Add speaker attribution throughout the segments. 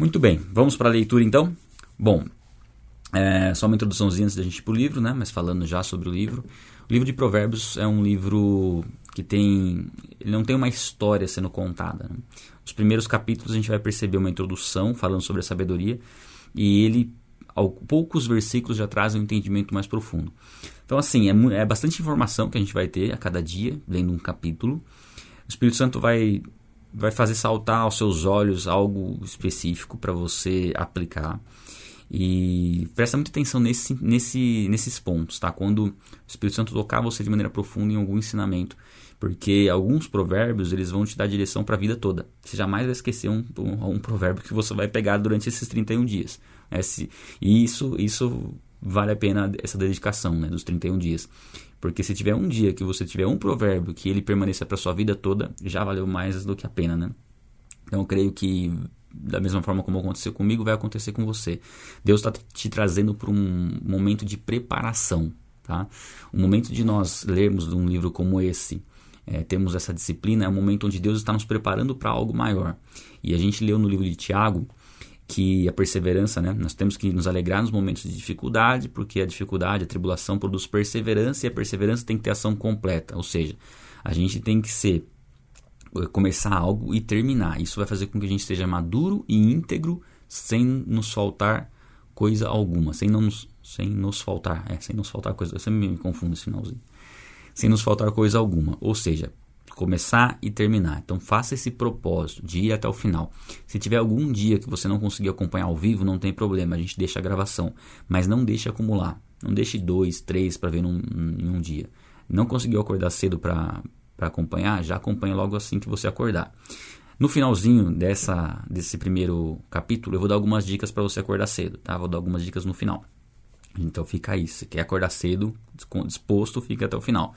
Speaker 1: Muito bem, vamos para a leitura então? Bom, só uma introduçãozinha antes da gente ir para o livro, né? Mas falando já sobre o livro. O livro de Provérbios é um livro que ele não tem uma história sendo contada, né? Os primeiros capítulos a gente vai perceber uma introdução falando sobre a sabedoria e ele, poucos versículos já trazem um entendimento mais profundo. Então assim, é bastante informação que a gente vai ter a cada dia, lendo um capítulo. O Espírito Santo vai fazer saltar aos seus olhos algo específico para você aplicar. E presta muita atenção nesses pontos, tá? Quando o Espírito Santo tocar você de maneira profunda em algum ensinamento, porque alguns provérbios eles vão te dar direção para a vida toda. Você jamais vai esquecer um provérbio que você vai pegar durante esses 31 dias. E isso vale a pena, essa dedicação, né, dos 31 dias. Porque se tiver um dia que você tiver um provérbio que ele permaneça para sua vida toda, já valeu mais do que a pena, né? Então eu creio que da mesma forma como aconteceu comigo, vai acontecer com você. Deus está te trazendo para um momento de preparação, tá? O momento de nós lermos um livro como esse, temos essa disciplina, é um momento onde Deus está nos preparando para algo maior. E a gente leu no livro de Tiago que a perseverança, né? Nós temos que nos alegrar nos momentos de dificuldade, porque a dificuldade, a tribulação produz perseverança, e a perseverança tem que ter ação completa, ou seja, a gente tem que começar algo e terminar. Isso vai fazer com que a gente seja maduro e íntegro, sem nos faltar coisa alguma, sem nos faltar coisa, eu sempre me confundo esse finalzinho, sem nos faltar coisa alguma, ou seja, começar e terminar. Então faça esse propósito de ir até o final. Se tiver algum dia que você não conseguir acompanhar ao vivo, não tem problema, a gente deixa a gravação, mas não deixe acumular, não deixe 2, 3 para ver em um dia. Não conseguiu acordar cedo para acompanhar, já acompanha logo assim que você acordar. No finalzinho desse primeiro capítulo, eu vou dar algumas dicas para você acordar cedo, tá? Vou dar algumas dicas no final. Então fica aí, se quer acordar cedo, disposto, fica até o final.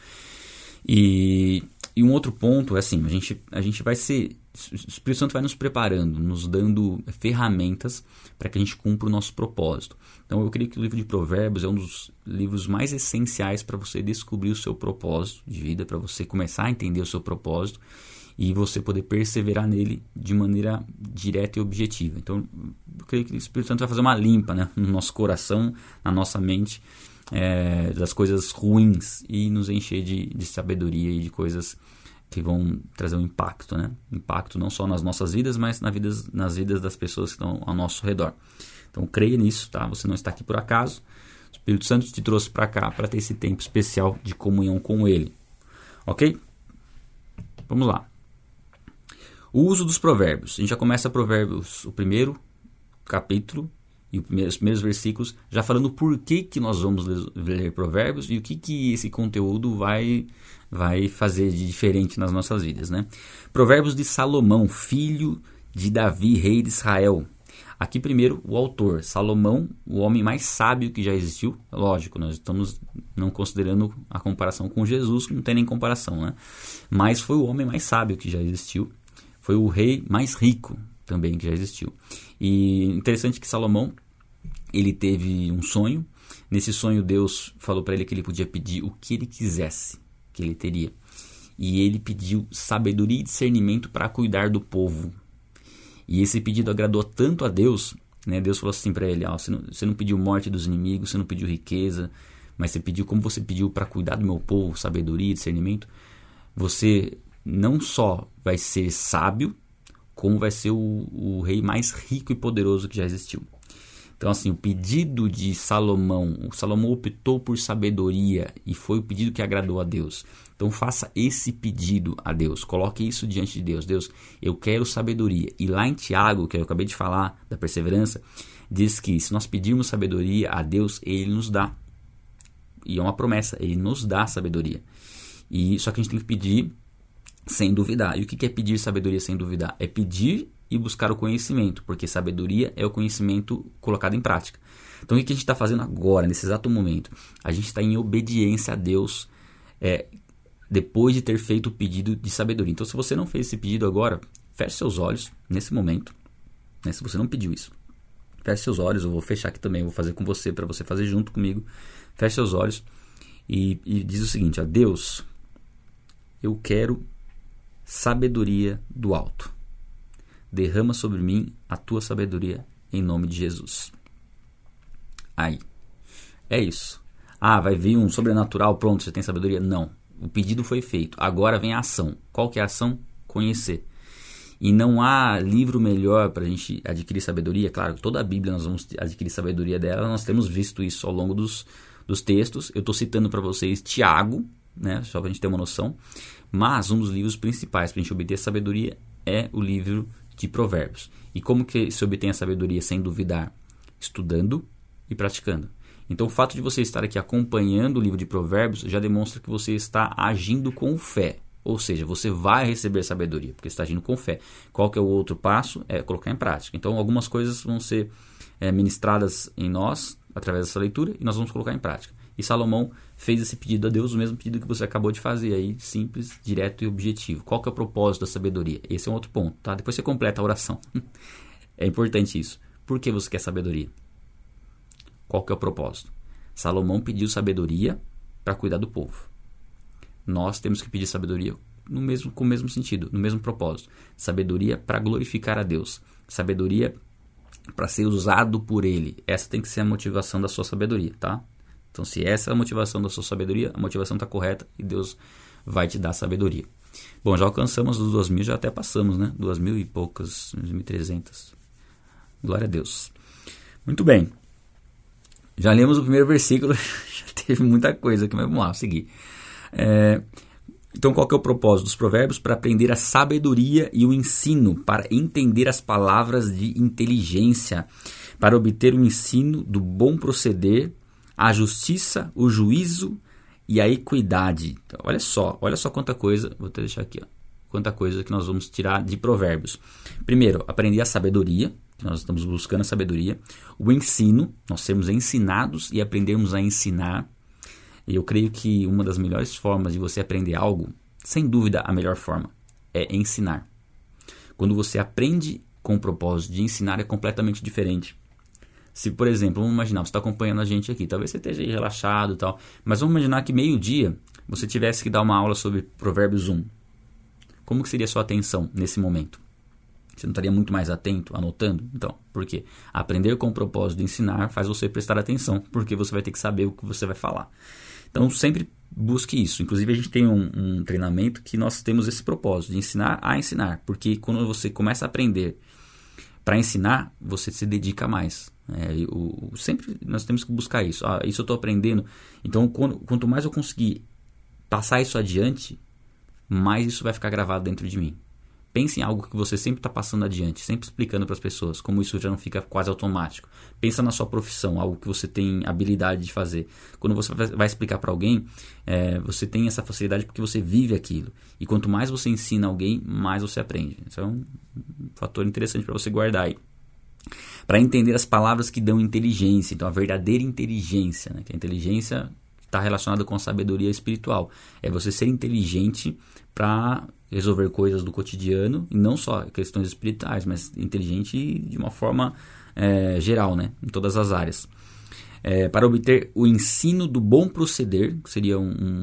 Speaker 1: E um outro ponto é assim, a gente vai ser, o Espírito Santo vai nos preparando, nos dando ferramentas para que a gente cumpra o nosso propósito. Então eu creio que o livro de Provérbios é um dos livros mais essenciais para você descobrir o seu propósito de vida, para você começar a entender o seu propósito e você poder perseverar nele de maneira direta e objetiva. Então eu creio que o Espírito Santo vai fazer uma limpa, né, no nosso coração, na nossa mente, das coisas ruins e nos encher de sabedoria e de coisas que vão trazer um impacto, né? Impacto não só nas nossas vidas, mas nas vidas das pessoas que estão ao nosso redor. Então creia nisso, tá? Você não está aqui por acaso. O Espírito Santo te trouxe para cá para ter esse tempo especial de comunhão com Ele. Ok? Vamos lá. O uso dos provérbios. A gente já começa Provérbios, o primeiro capítulo e os primeiros versículos, já falando por que nós vamos ler provérbios e o que esse conteúdo vai fazer de diferente nas nossas vidas, né? Provérbios de Salomão, filho de Davi, rei de Israel. Aqui primeiro o autor, Salomão, o homem mais sábio que já existiu. Lógico, nós estamos não considerando a comparação com Jesus, que não tem nem comparação, né? Mas foi o homem mais sábio que já existiu. Foi o rei mais rico também que já existiu. E interessante que Salomão, ele teve um sonho. Nesse sonho Deus falou para ele que ele podia pedir o que ele quisesse, que ele teria. E ele pediu sabedoria e discernimento para cuidar do povo. E esse pedido agradou tanto a Deus, né? Deus falou assim para ele, você não pediu morte dos inimigos, você não pediu riqueza, mas você pediu, como você pediu para cuidar do meu povo, sabedoria e discernimento, você não só vai ser sábio, como vai ser o rei mais rico e poderoso que já existiu. Então assim, o pedido de Salomão optou por sabedoria e foi o pedido que agradou a Deus. Então faça esse pedido a Deus, coloque isso diante de Deus. Deus, eu quero sabedoria. E lá em Tiago, que eu acabei de falar da perseverança, diz que se nós pedirmos sabedoria a Deus, Ele nos dá. E é uma promessa, Ele nos dá sabedoria. E só que a gente tem que pedir sem duvidar. E o que é pedir sabedoria sem duvidar? É pedir e buscar o conhecimento, porque sabedoria é o conhecimento colocado em prática. Então o que a gente está fazendo agora, nesse exato momento? A gente está em obediência a Deus, depois de ter feito o pedido de sabedoria. Então se você não fez esse pedido agora, feche seus olhos nesse momento, né? Se você não pediu isso, feche seus olhos. Eu vou fechar aqui também, eu vou fazer com você, para você fazer junto comigo. Feche seus olhos e diz o seguinte: Deus, eu quero sabedoria do alto. derrama sobre mim a tua sabedoria em nome de Jesus. Aí, é isso. Vai vir um sobrenatural, pronto, você tem sabedoria? Não, o pedido foi feito, agora vem a ação. Qual que é a ação? Conhecer. E não há livro melhor para a gente adquirir sabedoria. Claro, toda a Bíblia nós vamos adquirir sabedoria dela, nós temos visto isso ao longo dos textos. Eu estou citando para vocês Tiago, né, só para a gente ter uma noção, mas um dos livros principais para a gente obter sabedoria é o livro de Provérbios. E como que se obtém a sabedoria sem duvidar? Estudando e praticando. Então o fato de você estar aqui acompanhando o livro de Provérbios já demonstra que você está agindo com fé. Ou seja, você vai receber sabedoria, porque você está agindo com fé. Qual que é o outro passo? É colocar em prática. Então algumas coisas vão ser ministradas em nós, através dessa leitura, e nós vamos colocar em prática. E Salomão fez esse pedido a Deus, o mesmo pedido que você acabou de fazer aí, simples, direto e objetivo. Qual que é o propósito da sabedoria? Esse é um outro ponto, tá? Depois você completa a oração. É importante isso. Por que você quer sabedoria? Qual que é o propósito? Salomão pediu sabedoria para cuidar do povo. Nós temos que pedir sabedoria com o mesmo sentido, no mesmo propósito. Sabedoria para glorificar a Deus. Sabedoria para ser usado por Ele. Essa tem que ser a motivação da sua sabedoria, tá? Então, se essa é a motivação da sua sabedoria, a motivação está correta e Deus vai te dar sabedoria. Bom, já alcançamos os 2.000, já até passamos, né? 2.000 e poucas, 2.300. Glória a Deus. Muito bem. Já lemos o primeiro versículo, já teve muita coisa aqui, mas vamos lá, seguir. Então, qual que é o propósito dos provérbios? Para aprender a sabedoria e o ensino, para entender as palavras de inteligência, para obter o ensino do bom proceder, a justiça, o juízo e a equidade. Então, olha só quanta coisa, vou até deixar aqui, quanta coisa que nós vamos tirar de provérbios. Primeiro, aprender a sabedoria, que nós estamos buscando a sabedoria. O ensino, nós sermos ensinados e aprendermos a ensinar. E eu creio que uma das melhores formas de você aprender algo, sem dúvida a melhor forma, é ensinar. Quando você aprende com o propósito de ensinar, é completamente diferente. Se, por exemplo, vamos imaginar, você está acompanhando a gente aqui, talvez você esteja aí relaxado e tal, mas vamos imaginar que meio-dia você tivesse que dar uma aula sobre Provérbios 1. Como que seria a sua atenção nesse momento? Você não estaria muito mais atento, anotando? Então, por quê? Aprender com o propósito de ensinar faz você prestar atenção, porque você vai ter que saber o que você vai falar. Então, sempre busque isso. Inclusive, a gente tem um treinamento que nós temos esse propósito, de ensinar a ensinar. Porque quando você começa a aprender para ensinar, você se dedica mais. Sempre nós temos que buscar isso. Isso eu estou aprendendo. Então, quanto mais eu conseguir passar isso adiante, mais isso vai ficar gravado dentro de mim. Pense em algo que você sempre está passando adiante, sempre explicando para as pessoas, como isso já não fica quase automático. Pensa na sua profissão, algo que você tem habilidade de fazer. Quando você vai explicar para alguém, você tem essa facilidade porque você vive aquilo. E quanto mais você ensina alguém, mais você aprende. Isso é um fator interessante para você guardar aí. Para entender as palavras que dão inteligência, então a verdadeira inteligência, né? Que a inteligência está relacionada com a sabedoria espiritual. É você ser inteligente para resolver coisas do cotidiano, e não só questões espirituais, mas inteligente de uma forma geral, né? Em todas as áreas. Para obter o ensino do bom proceder, que seria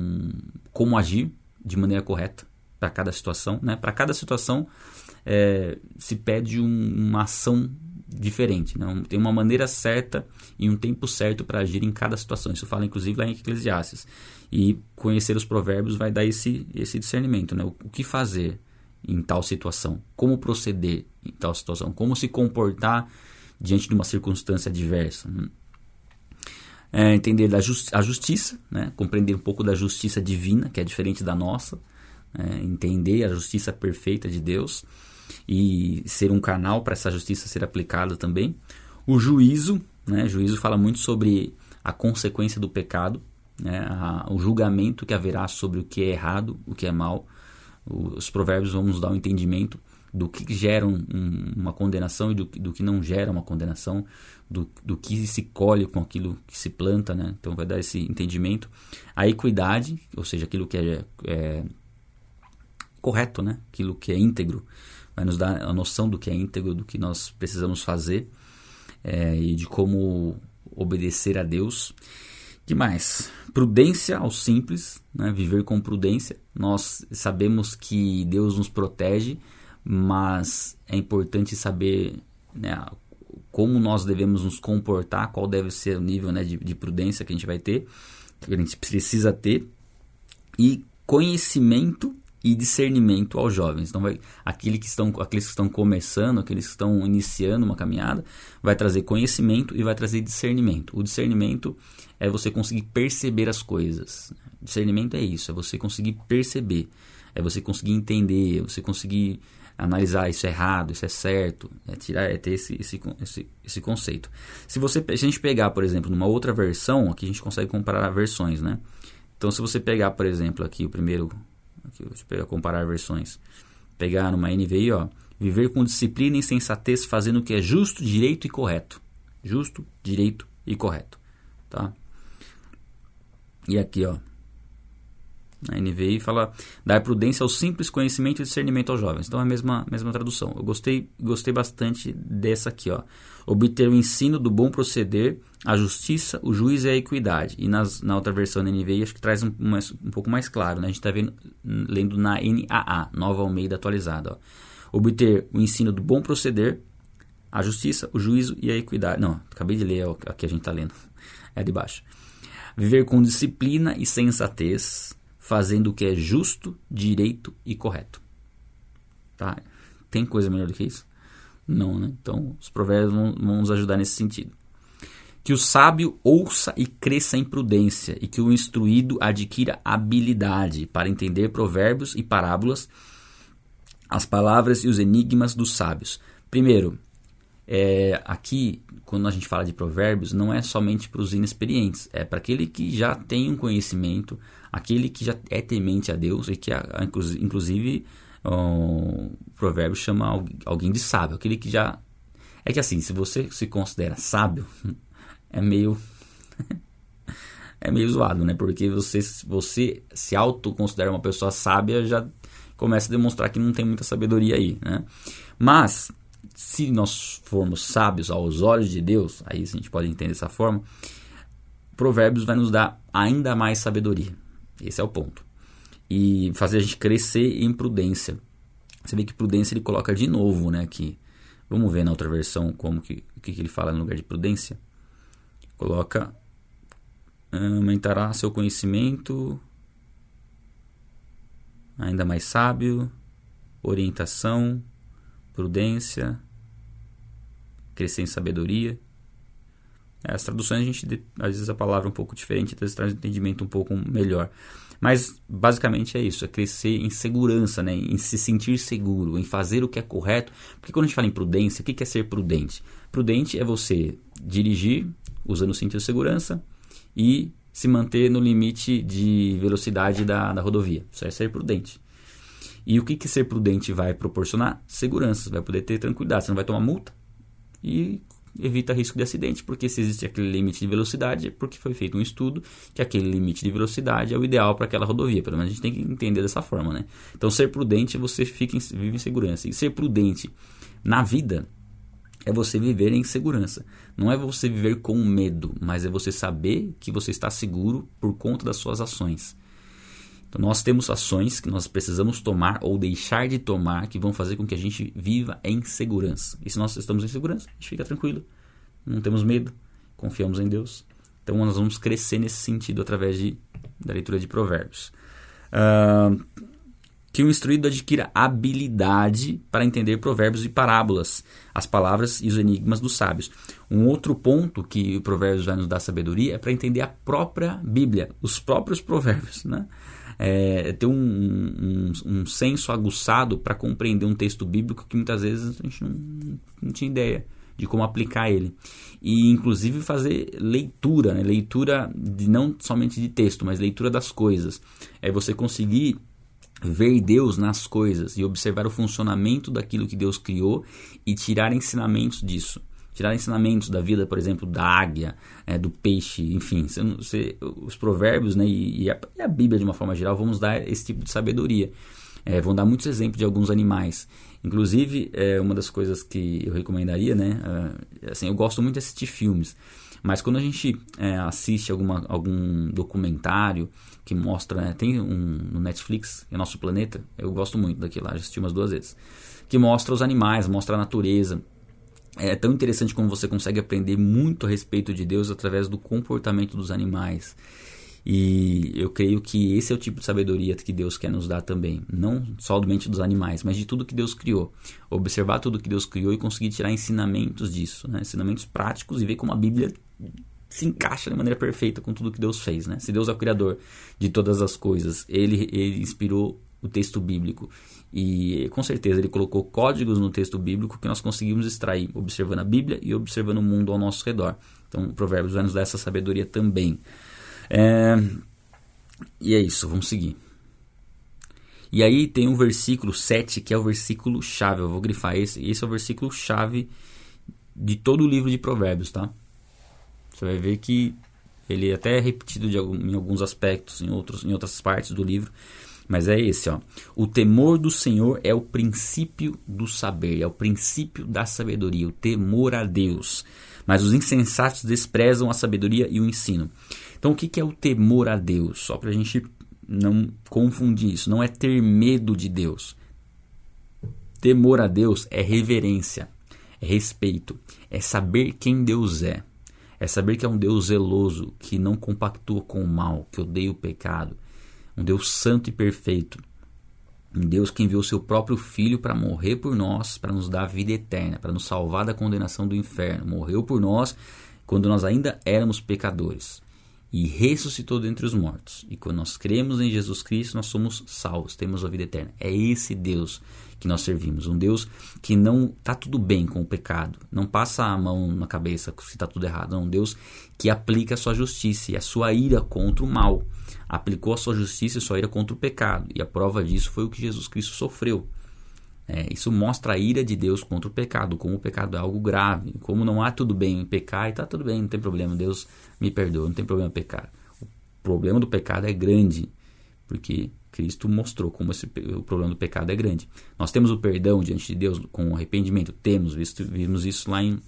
Speaker 1: como agir de maneira correta para cada situação, né? Para cada situação se pede uma ação diferente, né? Tem uma maneira certa e um tempo certo para agir em cada situação. Isso fala inclusive lá em Eclesiastes. E conhecer os provérbios vai dar esse discernimento, né? O que fazer em tal situação, como proceder em tal situação, como se comportar diante de uma circunstância adversa. Entender a justiça, né? Compreender um pouco da justiça divina, que é diferente da nossa, entender a justiça perfeita de Deus e ser um canal para essa justiça ser aplicada também. O juízo, né? Juízo fala muito sobre a consequência do pecado, né? O julgamento que haverá sobre o que é errado, o que é mal. Os provérbios vão nos dar um entendimento do que gera uma condenação e do que não gera uma condenação, do que se colhe com aquilo que se planta, né? Então vai dar esse entendimento. A equidade, ou seja, aquilo que é correto, né? Aquilo que é íntegro, vai nos dar a noção do que é íntegro, do que nós precisamos fazer e de como obedecer a Deus. Que mais? Prudência aos simples, né? Viver com prudência. Nós sabemos que Deus nos protege, mas é importante saber, né, como nós devemos nos comportar, qual deve ser o nível, né, de prudência que a gente vai ter, que a gente precisa ter, e conhecimento e discernimento aos jovens. Então, aqueles que estão começando, aqueles que estão iniciando uma caminhada, vai trazer conhecimento e vai trazer discernimento. O discernimento é você conseguir perceber as coisas. Discernimento é isso, é você conseguir perceber, é você conseguir entender, é você conseguir analisar isso é errado, isso é certo, é ter esse conceito. Se a gente pegar, por exemplo, numa outra versão, aqui a gente consegue comparar versões, né? Então, se você pegar, por exemplo, aqui o primeiro, deixa eu pegar, comparar versões, pegar numa NVI, ó, viver com disciplina e sensatez, fazendo o que é justo, direito e correto. Justo, direito e correto, tá? E aqui, ó, na NVI fala dar prudência ao simples conhecimento e discernimento aos jovens. Então é a mesma tradução. Eu gostei bastante dessa aqui, ó. Obter o ensino do bom proceder, a justiça, o juízo e a equidade. E na outra versão da NVI acho que traz um pouco mais claro, né? A gente está lendo na NAA, Nova Almeida atualizada, ó. Obter o ensino do bom proceder, a justiça, o juízo e a equidade. Não, acabei de ler, aqui a gente está lendo. É de baixo. Viver com disciplina e sensatez, fazendo o que é justo, direito e correto. Tá? Tem coisa melhor do que isso? Não, né? Então, os provérbios vão nos ajudar nesse sentido. Que o sábio ouça e cresça em prudência, e que o instruído adquira habilidade para entender provérbios e parábolas, as palavras e os enigmas dos sábios. Primeiro, aqui, quando a gente fala de provérbios, não é somente para os inexperientes, é para aquele que já tem um conhecimento, aquele que já é temente a Deus e que, inclusive, o provérbio chama alguém de sábio, aquele que já... É que assim, se você se considera sábio, é meio zoado, né? Porque você se autoconsidera uma pessoa sábia, já começa a demonstrar que não tem muita sabedoria aí, né? Mas, se nós formos sábios aos olhos de Deus, aí a gente pode entender dessa forma, Provérbios vai nos dar ainda mais sabedoria. Esse é o ponto. E fazer a gente crescer em prudência. Você vê que prudência ele coloca de novo, né, aqui. Vamos ver na outra versão o que ele fala no lugar de prudência. Coloca, aumentará seu conhecimento, ainda mais sábio, orientação, prudência, crescer em sabedoria. As traduções, às vezes a palavra é um pouco diferente, às vezes traz um entendimento um pouco melhor. Mas basicamente é isso, é crescer em segurança, né? Em se sentir seguro, em fazer o que é correto. Porque quando a gente fala em prudência, o que é ser prudente? Prudente é você dirigir usando o cinto de segurança e se manter no limite de velocidade da rodovia. Isso é ser prudente. E o que ser prudente vai proporcionar? Segurança, você vai poder ter tranquilidade, você não vai tomar multa e evita risco de acidente, porque se existe aquele limite de velocidade, é porque foi feito um estudo que aquele limite de velocidade é o ideal para aquela rodovia. Pelo menos a gente tem que entender dessa forma, né? Então, ser prudente, você vive em segurança. E ser prudente na vida é você viver em segurança. Não é você viver com medo, mas é você saber que você está seguro por conta das suas ações. Então, nós temos ações que nós precisamos tomar ou deixar de tomar que vão fazer com que a gente viva em segurança. E se nós estamos em segurança, a gente fica tranquilo. Não temos medo, confiamos em Deus. Então, nós vamos crescer nesse sentido através da leitura de Provérbios. Que o instruído adquira habilidade para entender provérbios e parábolas, as palavras e os enigmas dos sábios. Um outro ponto que o Provérbios vai nos dar sabedoria é para entender a própria Bíblia, os próprios provérbios, né? Ter um senso aguçado para compreender um texto bíblico que muitas vezes a gente não tinha ideia de como aplicar ele. E inclusive fazer leitura, né? Leitura não somente de texto, mas leitura das coisas. É você conseguir ver Deus nas coisas e observar o funcionamento daquilo que Deus criou e tirar ensinamentos disso. Tirar ensinamentos da vida, por exemplo, da águia, do peixe, enfim. Os provérbios, né, e a Bíblia, de uma forma geral, vão nos dar esse tipo de sabedoria. Vão dar muitos exemplos de alguns animais. Inclusive, uma das coisas que eu recomendaria, né, assim, eu gosto muito de assistir filmes. Mas quando a gente assiste algum documentário que mostra, né, tem no Netflix, é Nosso Planeta, eu gosto muito daquilo lá, já assisti umas 2 vezes, que mostra os animais, mostra a natureza. É tão interessante como você consegue aprender muito a respeito de Deus através do comportamento dos animais. E eu creio que esse é o tipo de sabedoria que Deus quer nos dar também. Não somente dos animais, mas de tudo que Deus criou. Observar tudo que Deus criou e conseguir tirar ensinamentos disso, né? Ensinamentos práticos, e ver como a Bíblia se encaixa de maneira perfeita com tudo que Deus fez, né? Se Deus é o Criador de todas as coisas, Ele inspirou o texto bíblico. E com certeza Ele colocou códigos no texto bíblico que nós conseguimos extrair observando a Bíblia e observando o mundo ao nosso redor. Então o Provérbios vai nos dar essa sabedoria também. E é isso, vamos seguir. E aí tem o versículo 7, que é o versículo chave. Eu vou grifar esse. Esse é o versículo chave de todo o livro de Provérbios, tá? Você vai ver que ele é até repetido em alguns aspectos, em outras partes do livro. Mas é esse, ó. O temor do Senhor é o princípio do saber, é o princípio da sabedoria, o temor a Deus. Mas os insensatos desprezam a sabedoria e o ensino. Então, o que é o temor a Deus? Só para a gente não confundir isso. Não é ter medo de Deus. Temor a Deus é reverência, é respeito, é saber quem Deus é. É saber que é um Deus zeloso, que não compactua com o mal, que odeia o pecado. Um Deus santo e perfeito. Um Deus que enviou seu próprio Filho para morrer por nós, para nos dar a vida eterna, para nos salvar da condenação do inferno. Morreu por nós quando nós ainda éramos pecadores. E ressuscitou dentre os mortos. E quando nós cremos em Jesus Cristo, nós somos salvos, temos a vida eterna. É esse Deus que nós servimos. Um Deus que não está tudo bem com o pecado. Não passa a mão na cabeça se está tudo errado. Não, um Deus que aplica a sua justiça e a sua ira contra o mal. Aplicou a sua justiça e a sua ira contra o pecado. E a prova disso foi o que Jesus Cristo sofreu. Isso mostra a ira de Deus contra o pecado, como o pecado é algo grave, como não há tudo bem em pecar, e está tudo bem, não tem problema, Deus me perdoa, não tem problema em pecar. O problema do pecado é grande, porque Cristo mostrou como o problema do pecado é grande. Nós temos o perdão diante de Deus com o arrependimento, vimos isso lá em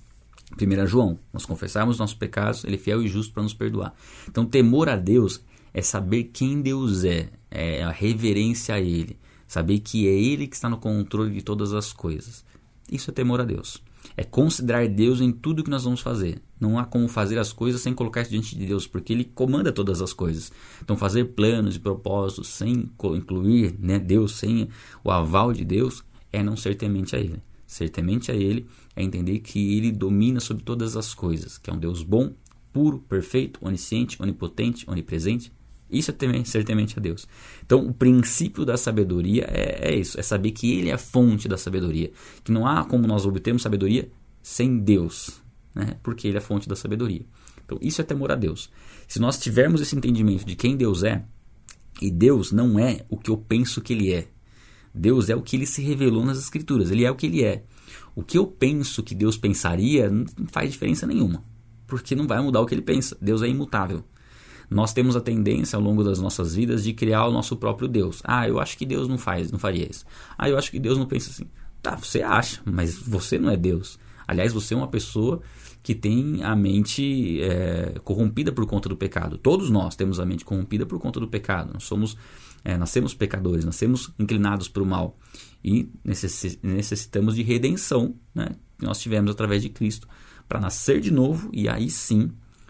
Speaker 1: 1 João, nós confessarmos nossos pecados, Ele é fiel e justo para nos perdoar. Então, temor a Deus é saber quem Deus é a reverência a Ele. Saber que é Ele que está no controle de todas as coisas. Isso é temor a Deus. É considerar Deus em tudo que nós vamos fazer. Não há como fazer as coisas sem colocar isso diante de Deus, porque Ele comanda todas as coisas. Então fazer planos e propósitos sem incluir, Deus, sem o aval de Deus, é não ser temente a Ele. Ser temente a Ele é entender que Ele domina sobre todas as coisas, que é um Deus bom, puro, perfeito, onisciente, onipotente, onipresente. Isso é ser temente a Deus. Então, o princípio da sabedoria é isso. É saber que Ele é a fonte da sabedoria. Que não há como nós obtermos sabedoria sem Deus. Porque Ele é a fonte da sabedoria. Então, isso é temor a Deus. Se nós tivermos esse entendimento de quem Deus é, e Deus não é o que eu penso que Ele é. Deus é o que Ele se revelou nas Escrituras. Ele é o que Ele é. O que eu penso que Deus pensaria não faz diferença nenhuma. Porque não vai mudar o que Ele pensa. Deus é imutável. Nós temos a tendência ao longo das nossas vidas de criar o nosso próprio Deus. Eu acho que Deus não faria isso. Eu acho que Deus não pensa assim. Tá, você acha, mas você não é Deus. Aliás, você é uma pessoa que tem a mente corrompida por conta do pecado. Todos nós temos a mente corrompida por conta do pecado. Nós nascemos pecadores, nascemos inclinados para o mal. E necessitamos de redenção, que nós tivemos através de Cristo, para nascer de novo e aí sim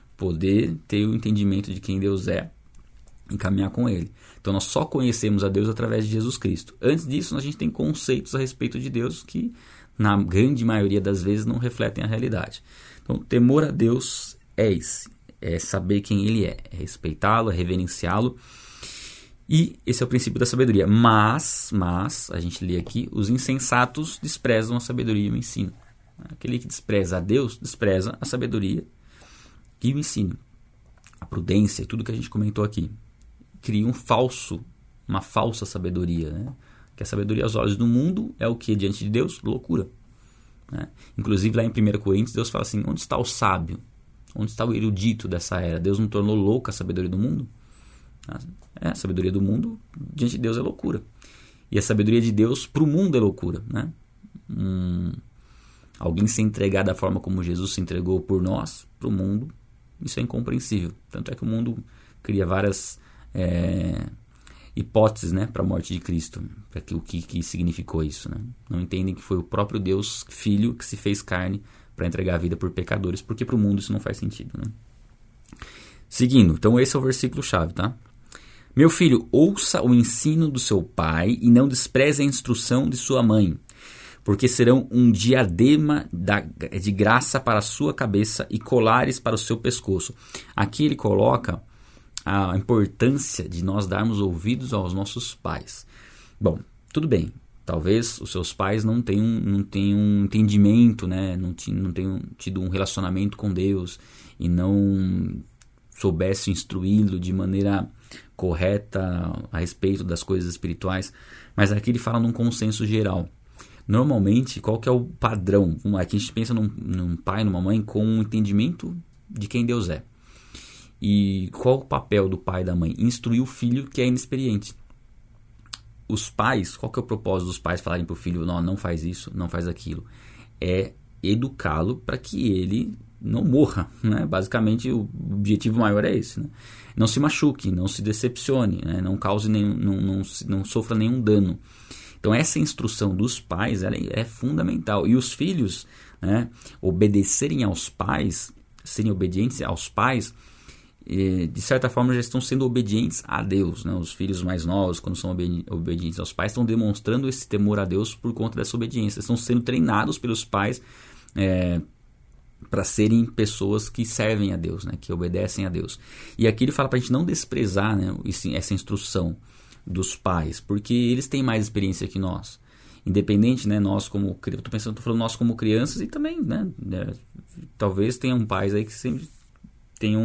Speaker 1: poder ter o entendimento de quem Deus é e caminhar com Ele. Então nós só conhecemos a Deus através de Jesus Cristo. Antes disso, a gente tem conceitos a respeito de Deus que, na grande maioria das vezes, não refletem a realidade. Então, temor a Deus é esse. É saber quem Ele é respeitá-lo, é reverenciá-lo. E esse é o princípio da sabedoria. Mas, a gente lê aqui, os insensatos desprezam a sabedoria e o ensino. Aquele que despreza a Deus, despreza a sabedoria e o ensino, a prudência e tudo que a gente comentou aqui. Cria uma falsa sabedoria, que a sabedoria aos olhos do mundo é o que diante de Deus? Loucura. Inclusive lá em 1 Coríntios Deus fala assim, onde está o sábio? Onde está o erudito dessa era? Deus não tornou louca a sabedoria do mundo? A sabedoria do mundo diante de Deus é loucura. E a sabedoria de Deus para o mundo é loucura. Alguém se entregar da forma como Jesus se entregou por nós, para o mundo, isso é incompreensível. Tanto é que o mundo cria várias hipóteses, né, para a morte de Cristo, para o que significou isso, né? Não entendem que foi o próprio Deus Filho que se fez carne para entregar a vida por pecadores, porque para o mundo isso não faz sentido, né? Seguindo, então esse é o versículo-chave, tá? Meu filho, ouça o ensino do seu pai e não despreze a instrução de sua mãe, porque serão um diadema de graça para a sua cabeça e colares para o seu pescoço. Aqui ele coloca a importância de nós darmos ouvidos aos nossos pais. Bom, tudo bem, talvez os seus pais não tenham entendimento, né? não tenham tido um relacionamento com Deus e não soubesse instruí-lo de maneira correta a respeito das coisas espirituais, mas aqui ele fala num consenso geral. Normalmente, qual que é o padrão? Aqui a gente pensa num pai, numa mãe com um entendimento de quem Deus é. E qual o papel do pai e da mãe? Instruir o filho que é inexperiente. Os pais, qual que é o propósito dos pais falarem para o filho, não faz isso, não faz aquilo? É educá-lo para que ele não morra, né? Basicamente o objetivo maior é esse, né? Não se machuque, não se decepcione, né? Não cause não sofra nenhum dano. Então essa instrução dos pais ela é fundamental. E os filhos, né, obedecerem aos pais, serem obedientes aos pais, de certa forma já estão sendo obedientes a Deus, né? Os filhos mais novos, quando são obedientes aos pais, estão demonstrando esse temor a Deus por conta dessa obediência. Estão sendo treinados pelos pais para serem pessoas que servem a Deus, né? Que obedecem a Deus. E aqui ele fala para a gente não desprezar, né, essa instrução dos pais, porque eles têm mais experiência que nós. Independente, né, nós como... Estou falando nós como crianças e também, né, talvez tenham pais aí que sempre tenham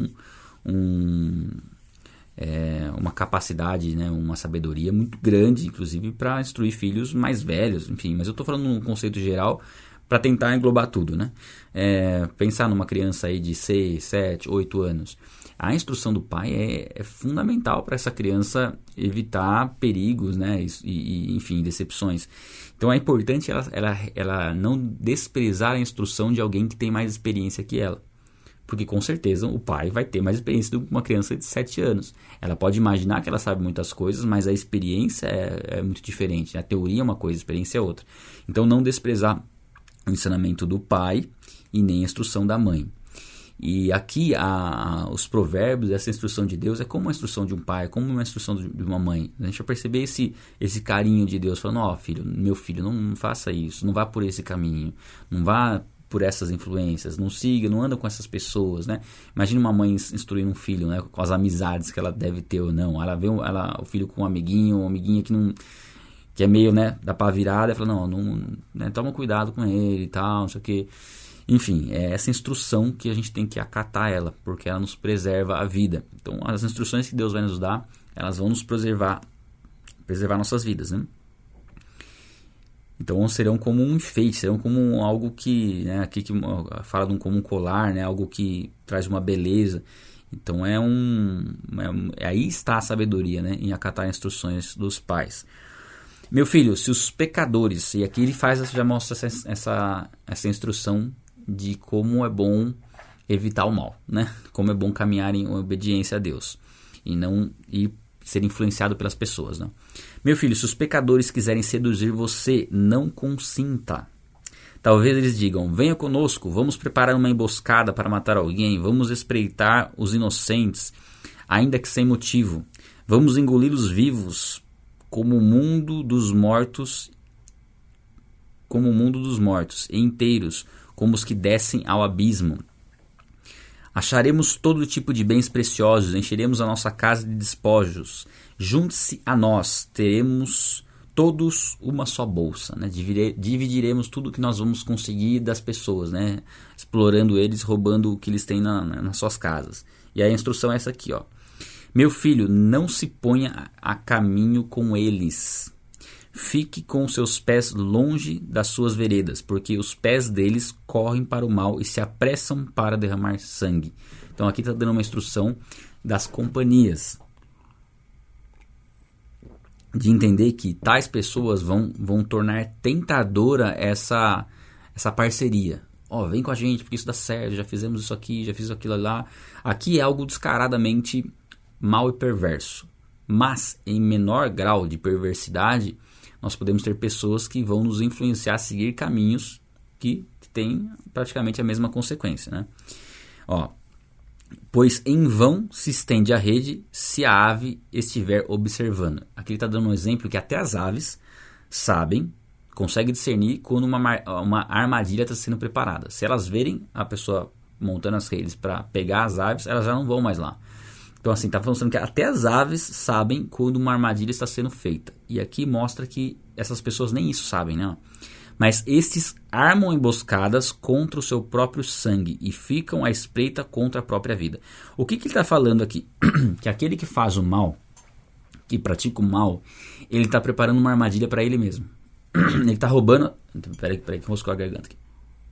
Speaker 1: uma capacidade, né, uma sabedoria muito grande, inclusive para instruir filhos mais velhos, enfim. Mas eu estou falando num conceito geral para tentar englobar tudo, né? Pensar numa criança aí de 6, 7, 8 anos. A instrução do pai é fundamental para essa criança evitar perigos, né? E enfim, decepções. Então é importante ela não desprezar a instrução de alguém que tem mais experiência que ela. Porque com certeza o pai vai ter mais experiência do que uma criança de 7 anos. Ela pode imaginar que ela sabe muitas coisas, mas a experiência é muito diferente. A teoria é uma coisa, a experiência é outra. Então não desprezar o ensinamento do pai e nem a instrução da mãe. E aqui os provérbios, essa instrução de Deus é como uma instrução de um pai, como uma instrução de uma mãe. A gente vai perceber esse carinho de Deus, falando, filho, meu filho, não faça isso, não vá por esse caminho, não vá por essas influências, não anda com essas pessoas, né? Imagina uma mãe instruindo um filho, né, com as amizades que ela deve ter ou não. Ela vê o filho com um amiguinho, uma amiguinha que é meio, né, da pá virada, ela fala, né, toma cuidado com ele e tal, não sei o que. Enfim, é essa instrução que a gente tem que acatar ela, porque ela nos preserva a vida. Então, as instruções que Deus vai nos dar, elas vão nos preservar nossas vidas, né? Então, serão como um enfeite, serão como algo que, né, aqui que fala como um colar, né, algo que traz uma beleza. Então, aí está a sabedoria, né, em acatar instruções dos pais. Meu filho, se os pecadores, e aqui ele já mostra essa instrução de como é bom evitar o mal, né? Como é bom caminhar em obediência a Deus e não ser influenciado pelas pessoas, né? Meu filho, se os pecadores quiserem seduzir você, não consinta. Talvez eles digam, venha conosco, vamos preparar uma emboscada para matar alguém, vamos espreitar os inocentes, ainda que sem motivo, vamos engoli-los vivos, como o mundo dos mortos, e inteiros, como os que descem ao abismo. Acharemos todo tipo de bens preciosos, encheremos a nossa casa de despojos. Junte-se a nós, teremos todos uma só bolsa, né? Dividiremos tudo que nós vamos conseguir das pessoas, né? Explorando eles, roubando o que eles têm nas suas casas. E a instrução é essa aqui, ó. Meu filho, não se ponha a caminho com eles. Fique com seus pés longe das suas veredas, porque os pés deles correm para o mal e se apressam para derramar sangue. Então aqui está dando uma instrução das companhias, de entender que tais pessoas vão tornar tentadora essa parceria. Vem com a gente porque isso dá certo, já fizemos isso aqui, já fiz aquilo lá. Aqui é algo descaradamente mal e perverso. Mas, em menor grau de perversidade, nós podemos ter pessoas que vão nos influenciar a seguir caminhos que têm praticamente a mesma consequência, né? Pois em vão se estende a rede se a ave estiver observando. Aqui ele está dando um exemplo que até as aves sabem, conseguem discernir quando uma armadilha está sendo preparada. Se elas verem a pessoa montando as redes para pegar as aves, elas já não vão mais lá. Então assim, está mostrando que até as aves sabem quando uma armadilha está sendo feita. E aqui mostra que essas pessoas nem isso sabem, né? Mas estes armam emboscadas contra o seu próprio sangue e ficam à espreita contra a própria vida. O que ele está falando aqui? Que aquele que faz o mal, que pratica o mal, ele está preparando uma armadilha para ele mesmo. Ele está roubando... Peraí que enroscou a garganta aqui.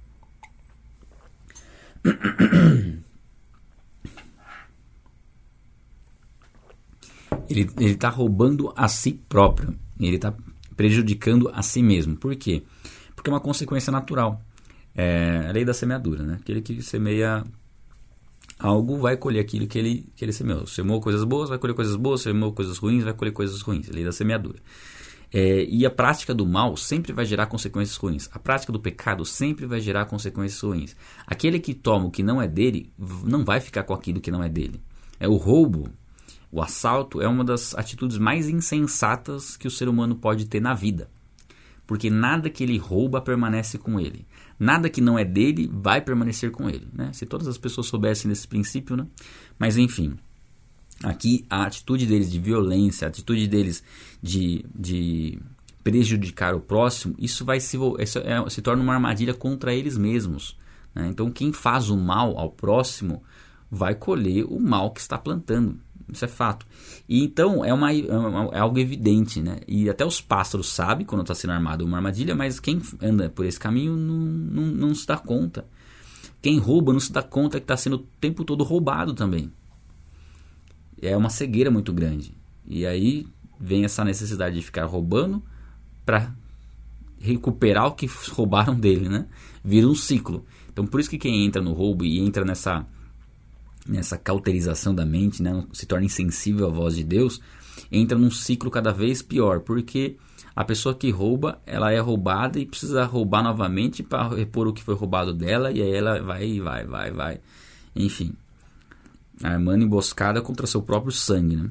Speaker 1: Ele está roubando a si próprio. Ele está prejudicando a si mesmo. Por quê? Porque é uma consequência natural. É a lei da semeadura, né? Aquele que semeia algo vai colher aquilo que ele semeou. Semeou coisas boas, vai colher coisas boas. Semeou coisas ruins, vai colher coisas ruins. A lei da semeadura. E a prática do mal sempre vai gerar consequências ruins. A prática do pecado sempre vai gerar consequências ruins. Aquele que toma o que não é dele, não vai ficar com aquilo que não é dele. O roubo, o assalto, é uma das atitudes mais insensatas que o ser humano pode ter na vida. Porque nada que ele rouba permanece com ele. Nada que não é dele vai permanecer com ele, né? Se todas as pessoas soubessem desse princípio, né? Mas enfim, aqui a atitude deles de violência, a atitude deles de prejudicar o próximo, isso se torna uma armadilha contra eles mesmos, né? Então quem faz o mal ao próximo vai colher o mal que está plantando. Isso é fato. E então é algo evidente, né? E até os pássaros sabem quando está sendo armado uma armadilha, mas quem anda por esse caminho não se dá conta. Quem rouba não se dá conta que está sendo o tempo todo roubado também. É uma cegueira muito grande. E aí vem essa necessidade de ficar roubando para recuperar o que roubaram dele, né? Vira um ciclo. Então por isso que quem entra no roubo e entra nessa cauterização da mente, né, se torna insensível à voz de Deus, entra num ciclo cada vez pior, porque a pessoa que rouba, ela é roubada e precisa roubar novamente para repor o que foi roubado dela, e aí ela vai, enfim, armando emboscada contra seu próprio sangue, né?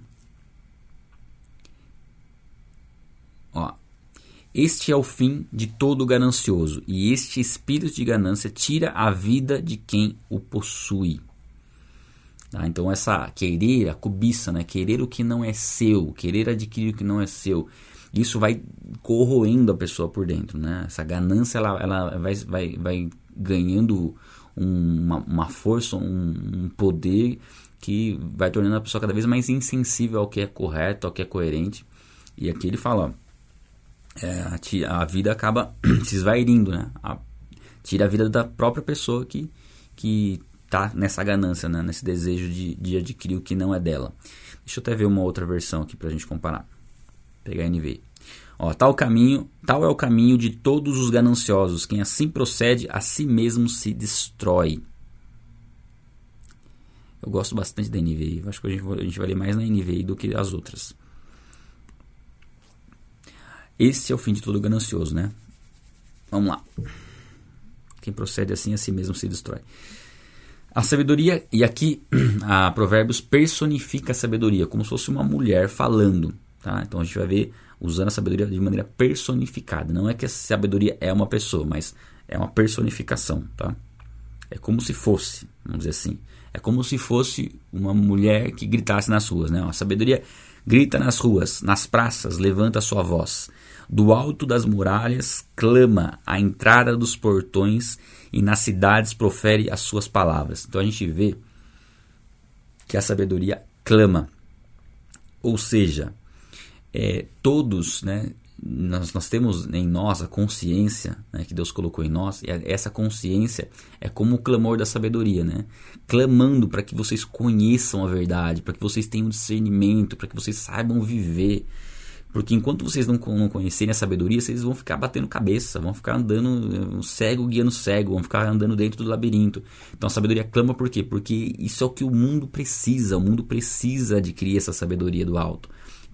Speaker 1: Este é o fim de todo ganancioso, e este espírito de ganância tira a vida de quem o possui. Então essa querer, a cobiça, né? Querer o que não é seu, querer adquirir o que não é seu, isso vai corroendo a pessoa por dentro, né? Essa ganância ela vai ganhando uma força, um poder que vai tornando a pessoa cada vez mais insensível ao que é correto, ao que é coerente. E aqui ele fala, a vida acaba se esvairindo, né? Tira a vida da própria pessoa que tá nessa ganância, né? Nesse desejo de adquirir o que não é dela. Deixa eu até ver uma outra versão aqui pra gente comparar. Pegar a NVI. Tal é o caminho de todos os gananciosos. Quem assim procede, a si mesmo se destrói. Eu gosto bastante da NVI. Acho que a gente vai ler mais na NVI do que as outras. Esse é o fim de todo ganancioso, né? Vamos lá. Quem procede assim, a si mesmo se destrói. A sabedoria, e aqui a Provérbios personifica a sabedoria, como se fosse uma mulher falando, tá? Então a gente vai ver usando a sabedoria de maneira personificada. Não é que a sabedoria é uma pessoa, mas é uma personificação, tá? É como se fosse, vamos dizer assim, é como se fosse uma mulher que gritasse nas ruas, né? A sabedoria grita nas ruas, nas praças, levanta a sua voz. Do alto das muralhas clama, à entrada dos portões e nas cidades profere as suas palavras. Então a gente vê que a sabedoria clama. Ou seja, todos, né, nós temos em nós a consciência, né, que Deus colocou em nós, e essa consciência é como o clamor da sabedoria, né? Clamando para que vocês conheçam a verdade, para que vocês tenham discernimento, para que vocês saibam viver. Porque enquanto vocês não conhecerem a sabedoria, vocês vão ficar batendo cabeça, vão ficar andando cego guiando cego, vão ficar andando dentro do labirinto. Então a sabedoria clama por quê? Porque isso é o que o mundo precisa adquirir essa sabedoria do alto.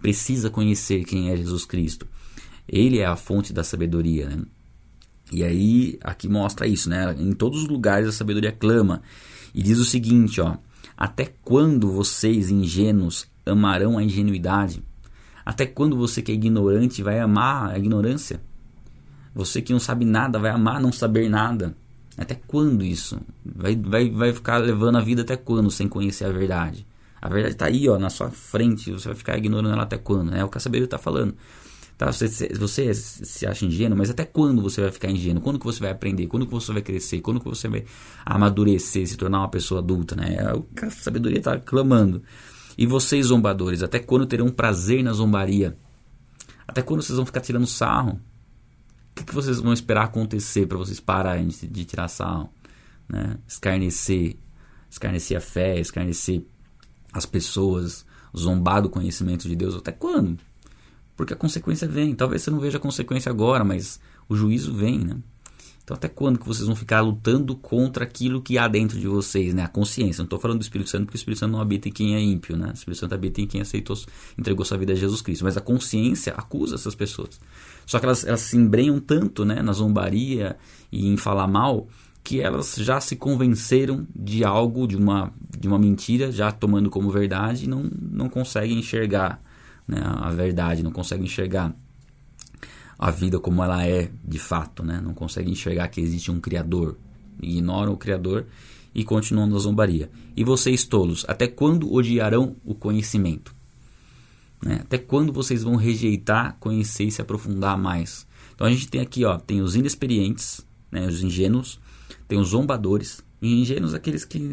Speaker 1: precisa conhecer quem é Jesus Cristo. Ele é a fonte da sabedoria, né? E aí, aqui mostra isso, né? Em todos os lugares a sabedoria clama. E diz o seguinte, ó: até quando vocês, ingênuos, amarão a ingenuidade? Até quando você que é ignorante vai amar a ignorância? Você que não sabe nada vai amar não saber nada? Até quando isso? Vai ficar levando a vida até quando sem conhecer a verdade? A verdade está aí, ó, na sua frente. Você vai ficar ignorando ela até quando? É o que a sabedoria está falando. Tá? Você se acha ingênuo, mas até quando você vai ficar ingênuo? Quando que você vai aprender? Quando que você vai crescer? Quando que você vai amadurecer, se tornar uma pessoa adulta? Né? É o que a sabedoria está clamando. E vocês, zombadores, até quando terão prazer na zombaria? Até quando vocês vão ficar tirando sarro? O que vocês vão esperar acontecer para vocês pararem de tirar sarro? Né? Escarnecer a fé, escarnecer as pessoas, zombar do conhecimento de Deus. Até quando? Porque a consequência vem. Talvez você não veja a consequência agora, mas o juízo vem, né? Então até quando que vocês vão ficar lutando contra aquilo que há dentro de vocês, né? A consciência. Não estou falando do Espírito Santo, porque o Espírito Santo não habita em quem é ímpio, né? O Espírito Santo habita em quem entregou sua vida a Jesus Cristo. Mas a consciência acusa essas pessoas. Só que elas se embrenham tanto, né, na zombaria e em falar mal, que elas já se convenceram de algo, de uma mentira, já tomando como verdade, e não conseguem enxergar, né, a verdade, não conseguem enxergar a vida como ela é de fato, né? Não conseguem enxergar que existe um Criador, ignoram o Criador e continuam na zombaria. E vocês tolos, até quando odiarão o conhecimento? Né? Até quando vocês vão rejeitar conhecer e se aprofundar mais? Então a gente tem aqui, ó, tem os inexperientes, né, os ingênuos, tem os zombadores, e ingênuos aqueles que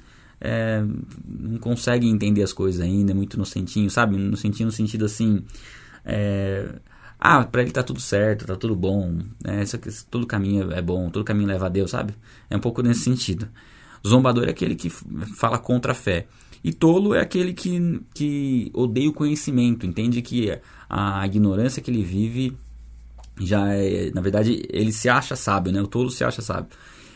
Speaker 1: não conseguem entender as coisas ainda, é muito inocentinho, sabe? No sentido assim, para ele tá tudo certo, tá tudo bom, todo caminho é bom, todo caminho leva a Deus, sabe? É um pouco nesse sentido. Zombador é aquele que fala contra a fé. E tolo é aquele que odeia o conhecimento, entende que a ignorância que ele vive já é, na verdade, ele se acha sábio, né? O tolo se acha sábio.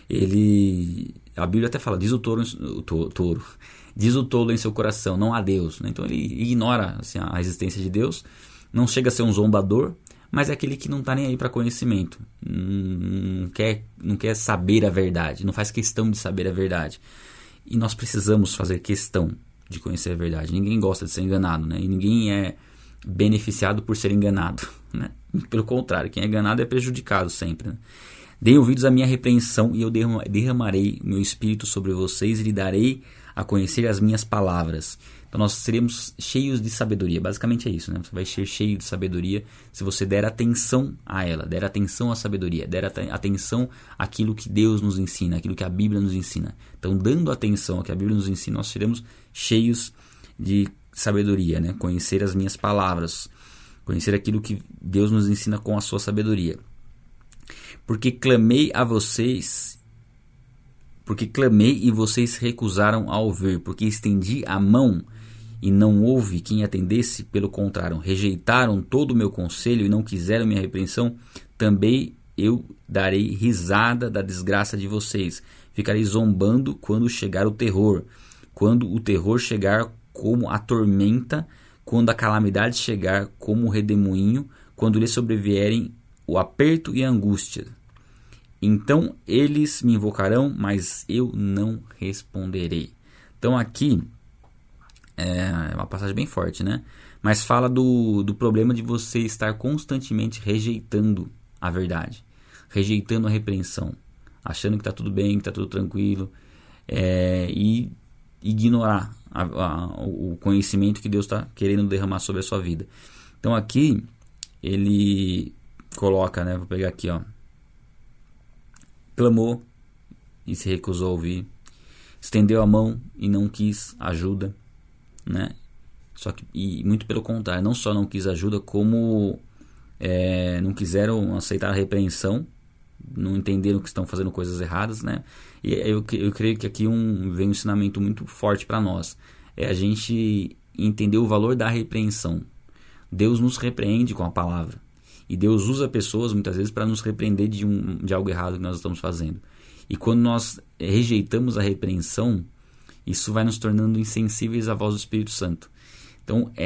Speaker 1: A Bíblia até fala, diz o tolo em seu coração, não há Deus, né? Então ele ignora assim, a existência de Deus, não chega a ser um zombador, mas é aquele que não está nem aí para conhecimento, não quer saber a verdade, não faz questão de saber a verdade. E nós precisamos fazer questão de conhecer a verdade. Ninguém gosta de ser enganado, né? E ninguém é beneficiado por ser enganado, né? Pelo contrário, quem é enganado é prejudicado sempre, né? Deem ouvidos à minha repreensão e eu derramarei meu espírito sobre vocês e lhe darei a conhecer as minhas palavras. Então nós seremos cheios de sabedoria. Basicamente é isso, né? Você vai ser cheio de sabedoria se você der atenção a ela, der atenção à sabedoria, der atenção àquilo que Deus nos ensina, àquilo que a Bíblia nos ensina. Então, dando atenção ao que a Bíblia nos ensina, nós seremos cheios de sabedoria, né? Conhecer as minhas palavras, conhecer aquilo que Deus nos ensina com a sua sabedoria. Porque clamei e vocês recusaram a ouvir, porque estendi a mão e não houve quem atendesse, pelo contrário, rejeitaram todo o meu conselho e não quiseram minha repreensão, também eu darei risada da desgraça de vocês. Ficarei zombando quando chegar o terror. Quando o terror chegar como a tormenta, quando a calamidade chegar como o redemoinho, quando lhes sobrevierem o aperto e a angústia. Então eles me invocarão, mas eu não responderei. Então aqui é uma passagem bem forte, né? Mas fala do problema de você estar constantemente rejeitando a verdade, rejeitando a repreensão, achando que está tudo bem, que está tudo tranquilo, e ignorar o conhecimento que Deus está querendo derramar sobre a sua vida. Então aqui ele coloca, né? Vou pegar aqui, ó. Clamou e se recusou a ouvir, estendeu a mão e não quis ajuda, né? Só que, e muito pelo contrário, não só não quis ajuda, como não quiseram aceitar a repreensão, não entenderam que estão fazendo coisas erradas, né? E eu creio que aqui vem um ensinamento muito forte para nós, é a gente entender o valor da repreensão. Deus nos repreende com a palavra. E Deus usa pessoas muitas vezes para nos repreender de algo errado que nós estamos fazendo. E quando nós rejeitamos a repreensão, isso vai nos tornando insensíveis à voz do Espírito Santo. Então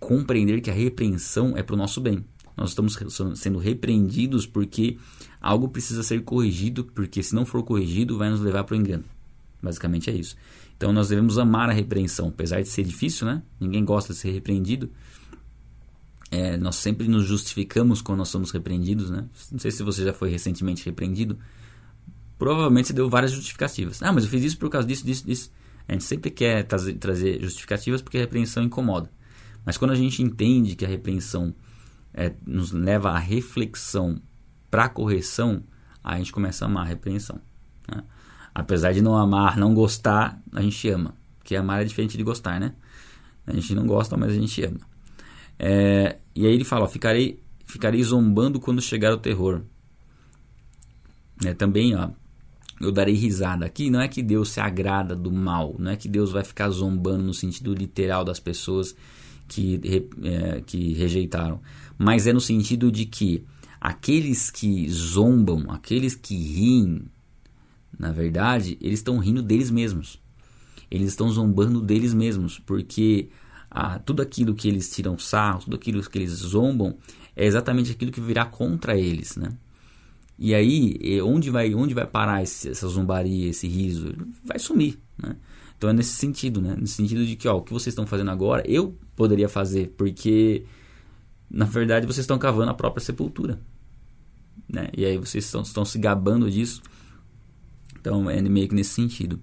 Speaker 1: compreender que a repreensão é para o nosso bem. Nós estamos sendo repreendidos porque algo precisa ser corrigido, porque se não for corrigido vai nos levar para o engano. Basicamente é isso. Então nós devemos amar a repreensão, apesar de ser difícil, né? Ninguém gosta de ser repreendido. Nós sempre nos justificamos quando nós somos repreendidos, né? Não sei se você já foi recentemente repreendido. Provavelmente você deu várias justificativas. Mas eu fiz isso por causa disso. A gente sempre quer trazer justificativas porque a repreensão incomoda. Mas quando a gente entende que a repreensão nos leva à reflexão para a correção, aí a gente começa a amar a repreensão, né? Apesar de não amar, não gostar, a gente ama. Porque amar é diferente de gostar, né? A gente não gosta, mas a gente ama. E aí ele fala, ficarei zombando quando chegar o terror. Também, eu darei risada. Aqui não é que Deus se agrada do mal, não é que Deus vai ficar zombando no sentido literal das pessoas que rejeitaram, mas é no sentido de que aqueles que zombam, aqueles que riem, na verdade, eles estão rindo deles mesmos. Eles estão zombando deles mesmos, porque tudo aquilo que eles tiram sarro, tudo aquilo que eles zombam, é exatamente aquilo que virá contra eles, né? E aí, onde vai parar essa zombaria, esse riso? Vai sumir, né? Então é nesse sentido, né? Nesse sentido de que, o que vocês estão fazendo agora, eu poderia fazer, porque, na verdade, vocês estão cavando a própria sepultura, né? E aí vocês estão se gabando disso. Então é meio que nesse sentido.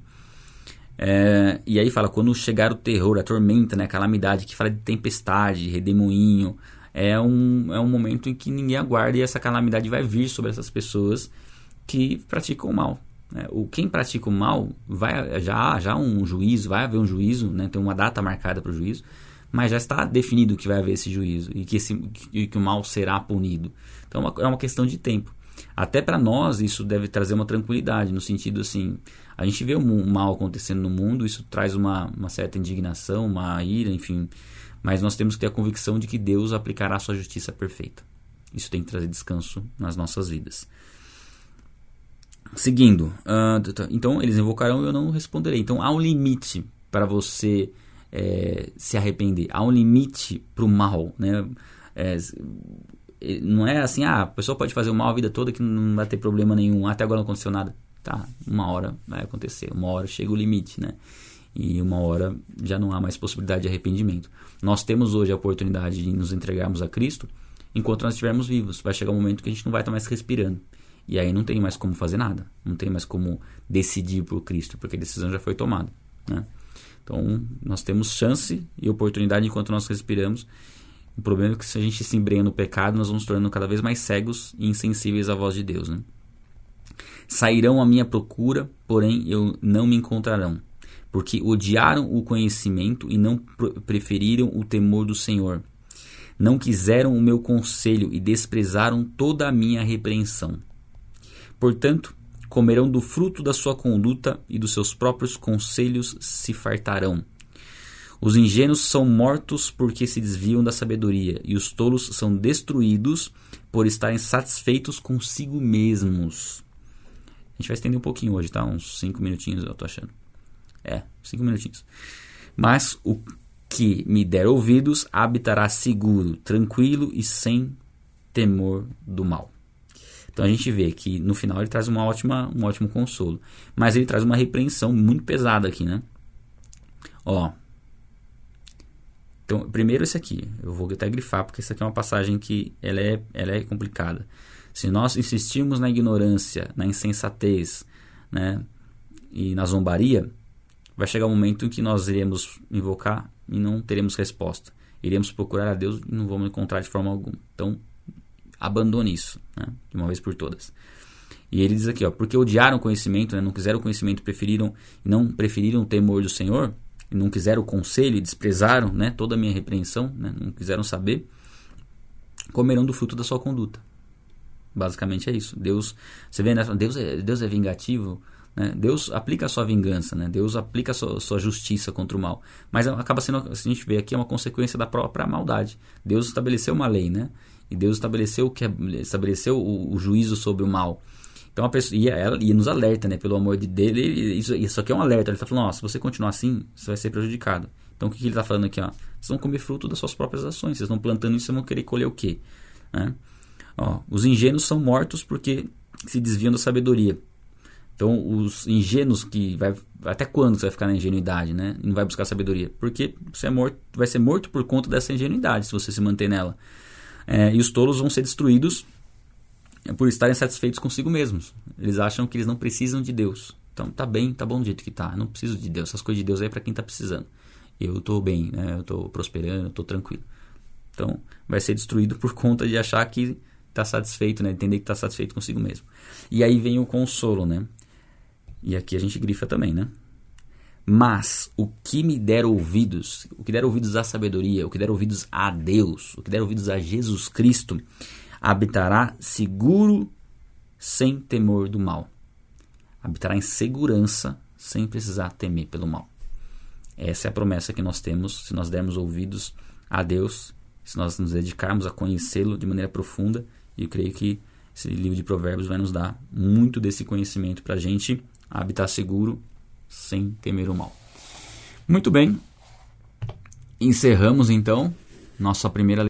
Speaker 1: E aí fala, quando chegar o terror, a tormenta, né? A calamidade, que fala de tempestade, redemoinho, é um momento em que ninguém aguarda e essa calamidade vai vir sobre essas pessoas que praticam o mal, né? Quem pratica o mal, já um juízo, vai haver um juízo, né? Tem uma data marcada para o juízo, mas já está definido que vai haver esse juízo e que o mal será punido. Então é uma questão de tempo. Até para nós isso deve trazer uma tranquilidade, no sentido assim, a gente vê o mal acontecendo no mundo, isso traz uma certa indignação, uma ira, enfim, mas nós temos que ter a convicção de que Deus aplicará a sua justiça perfeita. Isso tem que trazer descanso nas nossas vidas. Seguindo, então eles invocarão e eu não responderei. Então há um limite para você se arrepender, há um limite para o mal, né? Não é assim, a pessoa pode fazer o mal a vida toda que não vai ter problema nenhum, até agora não aconteceu nada. Tá, uma hora vai acontecer, uma hora chega o limite, né? E uma hora já não há mais possibilidade de arrependimento. Nós temos hoje a oportunidade de nos entregarmos a Cristo enquanto nós estivermos vivos. Vai chegar um momento que a gente não vai estar mais respirando. E aí não tem mais como fazer nada. Não tem mais como decidir por Cristo, porque a decisão já foi tomada, né? Então, nós temos chance e oportunidade enquanto nós respiramos. O problema é que se a gente se embrenha no pecado, nós vamos nos tornando cada vez mais cegos e insensíveis à voz de Deus, né? Sairão à minha procura, porém não me encontrarão, porque odiaram o conhecimento e não preferiram o temor do Senhor. Não quiseram o meu conselho e desprezaram toda a minha repreensão. Portanto, comerão do fruto da sua conduta e dos seus próprios conselhos se fartarão. Os ingênuos são mortos porque se desviam da sabedoria, e os tolos são destruídos por estarem satisfeitos consigo mesmos. A gente vai estender um pouquinho hoje, tá? Uns 5 minutinhos, eu tô achando. 5 minutinhos. Mas o que me der ouvidos habitará seguro, tranquilo e sem temor do mal. Então a gente vê que no final ele traz um ótimo consolo. Mas ele traz uma repreensão muito pesada aqui, né? Então, primeiro esse aqui, eu vou até grifar, porque essa aqui é uma passagem que ela é complicada. Se nós insistirmos na ignorância, na insensatez, né, e na zombaria, vai chegar um momento em que nós iremos invocar e não teremos resposta. Iremos procurar a Deus e não vamos encontrar de forma alguma. Então, abandone isso, né, de uma vez por todas. E ele diz aqui, porque odiaram o conhecimento, né, não quiseram o conhecimento, não preferiram o temor do Senhor, e não quiseram o conselho e desprezaram, né, toda a minha repreensão, né, não quiseram saber, comerão do fruto da sua conduta. Basicamente é isso. Deus, você vê, né, Deus é vingativo, né? Deus aplica a sua vingança, né? Deus aplica a sua justiça contra o mal, mas acaba sendo, se a gente vê aqui, é uma consequência da própria maldade. Deus estabeleceu uma lei, né? E Deus estabeleceu o juízo sobre o mal. Então a pessoa e nos alerta, né, pelo amor de dele, isso aqui é um alerta. Ele está falando, se você continuar assim, você vai ser prejudicado. Então o que ele está falando aqui? Ó? Vocês vão comer fruto das suas próprias ações. Vocês estão plantando isso, vocês vão querer colher o quê? Né? Os ingênuos são mortos porque se desviam da sabedoria. Então os ingênuos até quando você vai ficar na ingenuidade, né? E não vai buscar sabedoria? Porque você vai ser morto por conta dessa ingenuidade, se você se manter nela. E os tolos vão ser destruídos por estarem satisfeitos consigo mesmos. Eles acham que eles não precisam de Deus. Então tá bem, tá bom do jeito que tá. Eu não preciso de Deus. Essas coisas de Deus aí é para quem tá precisando. Eu tô bem, né? Eu tô prosperando, eu tô tranquilo. Então vai ser destruído por conta de achar que tá satisfeito, né? Entender que tá satisfeito consigo mesmo. E aí vem o consolo, né? E aqui a gente grifa também, né? Mas o que me der ouvidos, o que der ouvidos à sabedoria, o que der ouvidos a Deus, o que der ouvidos a Jesus Cristo, habitará seguro sem temor do mal. Habitará em segurança sem precisar temer pelo mal. Essa é a promessa que nós temos se nós dermos ouvidos a Deus, se nós nos dedicarmos a conhecê-lo de maneira profunda. E eu creio que esse livro de Provérbios vai nos dar muito desse conhecimento para a gente habitar seguro sem temer o mal. Muito bem, encerramos então nossa primeira